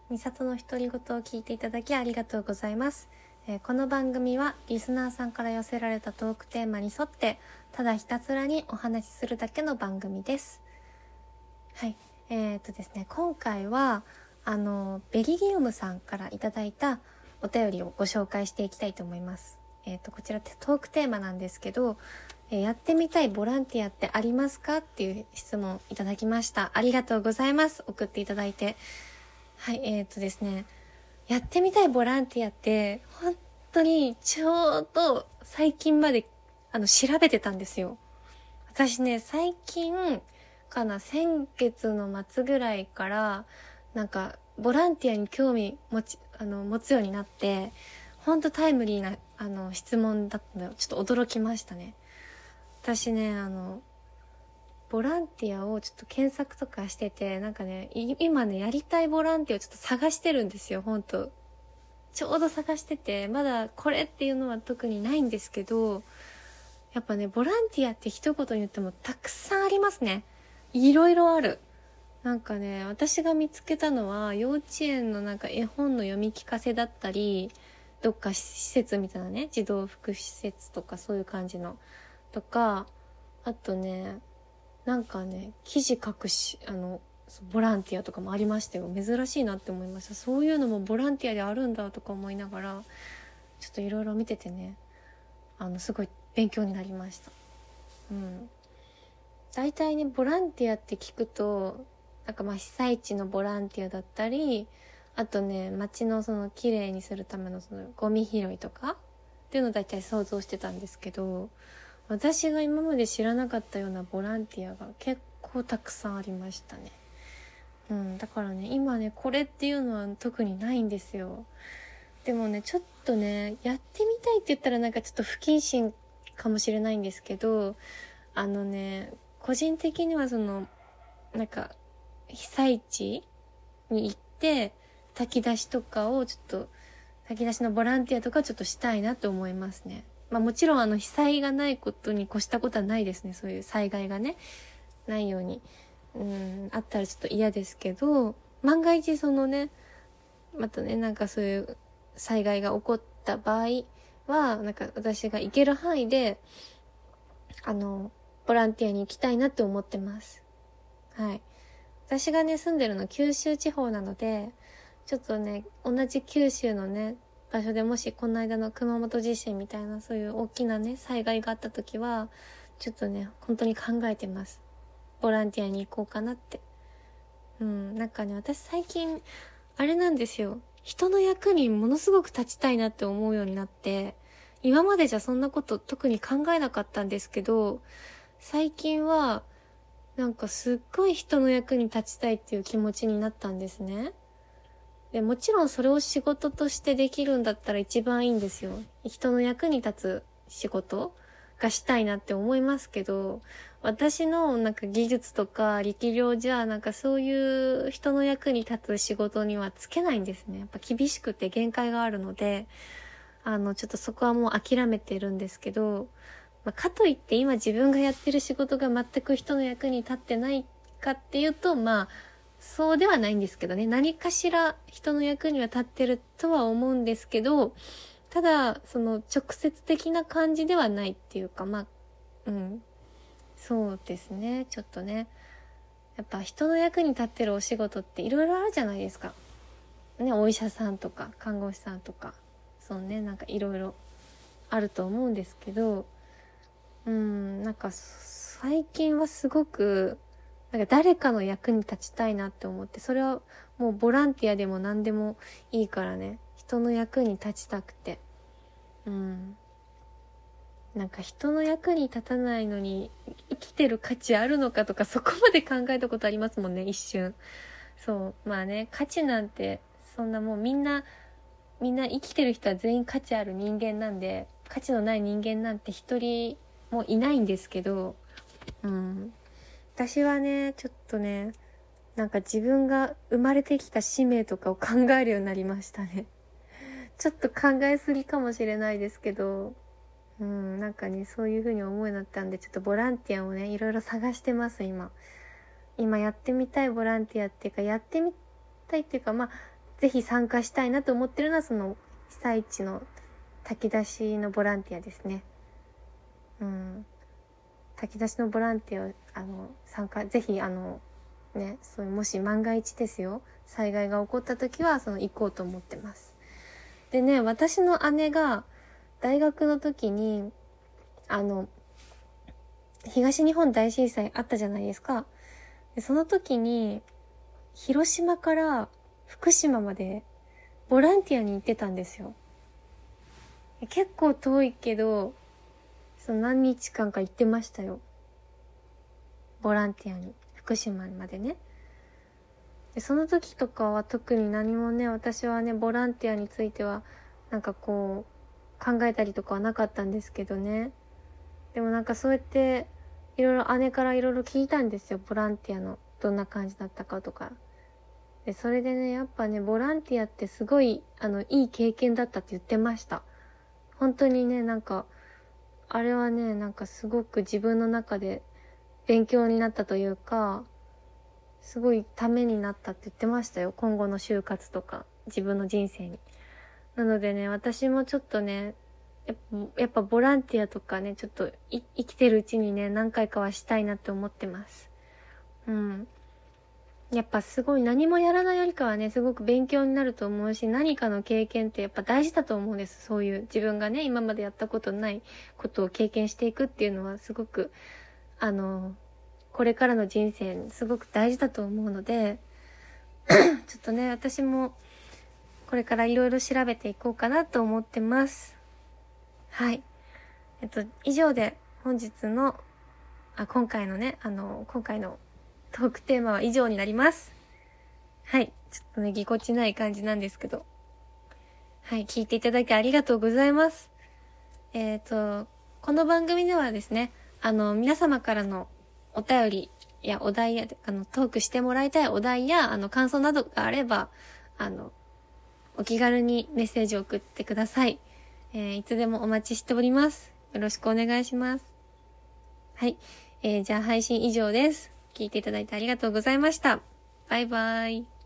みさとの独り言を聞いていただきありがとうございます。この番組はリスナーさんから寄せられたトークテーマに沿ってただひたすらにお話しするだけの番組です。はい、ですね、今回はベリリウムさんからいただいたお便りをご紹介していきたいと思います。こちらトークテーマなんですけど、やってみたいボランティアってありますかっていう質問いただきました。ありがとうございます。送っていただいて。はい、ですね、やってみたいボランティアって本当にちょうど最近まで調べてたんですよ。私ね、最近先月の末ぐらいからなんかボランティアに興味持つようになって、本当タイムリーな質問だったのでちょっと驚きましたね。私ね、ボランティアをちょっと検索とかしてて、なんかね、今ね、やりたいボランティアをちょっと探してるんですよ、本当ちょうど探してて、まだこれっていうのは特にないんですけど、やっぱね、ボランティアって一言に言ってもたくさんありますね。いろいろある。なんかね、私が見つけたのは、幼稚園のなんか絵本の読み聞かせだったり、どっか施設みたいなね、児童福祉施設とかそういう感じの。とか、あとね、なんかね、記事書くボランティアとかもありましたよ。珍しいなって思いました。そういうのもボランティアであるんだとか思いながら、ちょっといろいろ見ててね、すごい勉強になりました。大体ね、ボランティアって聞くと、なんか被災地のボランティアだったり、あとね、街の綺麗にするためのゴミ拾いとかっていうのを大体想像してたんですけど、私が今まで知らなかったようなボランティアが結構たくさんありましたね。だからね、今ね、これっていうのは特にないんですよ。でもね、ちょっとね、やってみたいって言ったらなんかちょっと不謹慎かもしれないんですけど、個人的にはなんか、被災地に行って、炊き出しのボランティアとかちょっとしたいなと思いますね。もちろん被災がないことに越したことはないですね。そういう災害がね、ないように。あったらちょっと嫌ですけど、万が一またね、なんかそういう災害が起こった場合は、なんか私が行ける範囲で、ボランティアに行きたいなって思ってます。はい。私がね、住んでるの九州地方なので、ちょっとね、同じ九州のね、場所でもしこの間の熊本地震みたいなそういう大きなね、災害があった時は、ちょっとね、本当に考えてます。ボランティアに行こうかなって。なんかね、私最近、あれなんですよ。人の役にものすごく立ちたいなって思うようになって、今までじゃそんなこと特に考えなかったんですけど、最近は、なんかすっごい人の役に立ちたいっていう気持ちになったんですね。で、もちろんそれを仕事としてできるんだったら一番いいんですよ。人の役に立つ仕事がしたいなって思いますけど、私のなんか技術とか力量じゃなんかそういう人の役に立つ仕事にはつけないんですね。やっぱ厳しくて限界があるので、ちょっとそこはもう諦めてるんですけど、かといって今自分がやってる仕事が全く人の役に立ってないかっていうと、そうではないんですけどね。何かしら人の役には立ってるとは思うんですけど、ただ、直接的な感じではないっていうか、そうですね。ちょっとね。やっぱ人の役に立ってるお仕事っていろいろあるじゃないですか。ね、お医者さんとか、看護師さんとか、そうね、なんかいろいろあると思うんですけど、なんか最近はすごく、なんか誰かの役に立ちたいなって思って、それはもうボランティアでも何でもいいからね、人の役に立ちたくて。なんか人の役に立たないのに生きてる価値あるのかとかそこまで考えたことありますもんね、一瞬。そう。価値なんて、そんなもうみんな生きてる人は全員価値ある人間なんで、価値のない人間なんて一人もいないんですけど、私はね、ちょっとね、なんか自分が生まれてきた使命とかを考えるようになりましたね。ちょっと考えすぎかもしれないですけど、なんかね、そういう風に思うようになったんで、ちょっとボランティアをね、いろいろ探してます、今やってみたいボランティアっていうか、やってみたいっていうか、 ぜひ参加したいなと思ってるのは、その被災地の炊き出しのボランティアですね。炊き出しのボランティア参加、ぜひそういうもし万が一ですよ、災害が起こった時は行こうと思ってます。でね、私の姉が大学の時に東日本大震災あったじゃないですか。でその時に広島から福島までボランティアに行ってたんですよ。結構遠いけど何日間か行ってましたよ、ボランティアに。福島までね。でその時とかは特に何もね、私はねボランティアについては考えたりとかはなかったんですけどね。でもそうやっていろいろ姉からいろいろ聞いたんですよ、ボランティアのどんな感じだったかとか。でそれでね、やっぱねボランティアってすごいいい経験だったって言ってました。本当にね、あれはねすごく自分の中で勉強になったというか、すごいためになったって言ってましたよ、今後の就活とか自分の人生に。なのでね、私もちょっとね、やっぱボランティアとかね、ちょっと生きてるうちにね、何回かはしたいなって思ってます。やっぱすごい何もやらないよりかはね、すごく勉強になると思うし、何かの経験ってやっぱ大事だと思うんです。そういう自分がね、今までやったことないことを経験していくっていうのはすごく、これからの人生にすごく大事だと思うので、ちょっとね、私もこれからいろいろ調べていこうかなと思ってます。はい。以上で本日の、今回のトークテーマは以上になります。はい。ちょっとね、ぎこちない感じなんですけど。はい。聞いていただきありがとうございます。この番組ではですね、皆様からのお便りやお題や、トークしてもらいたいお題や、感想などがあれば、お気軽にメッセージを送ってください。いつでもお待ちしております。よろしくお願いします。はい。じゃあ配信以上です。聞いていただいてありがとうございました。バイバイ。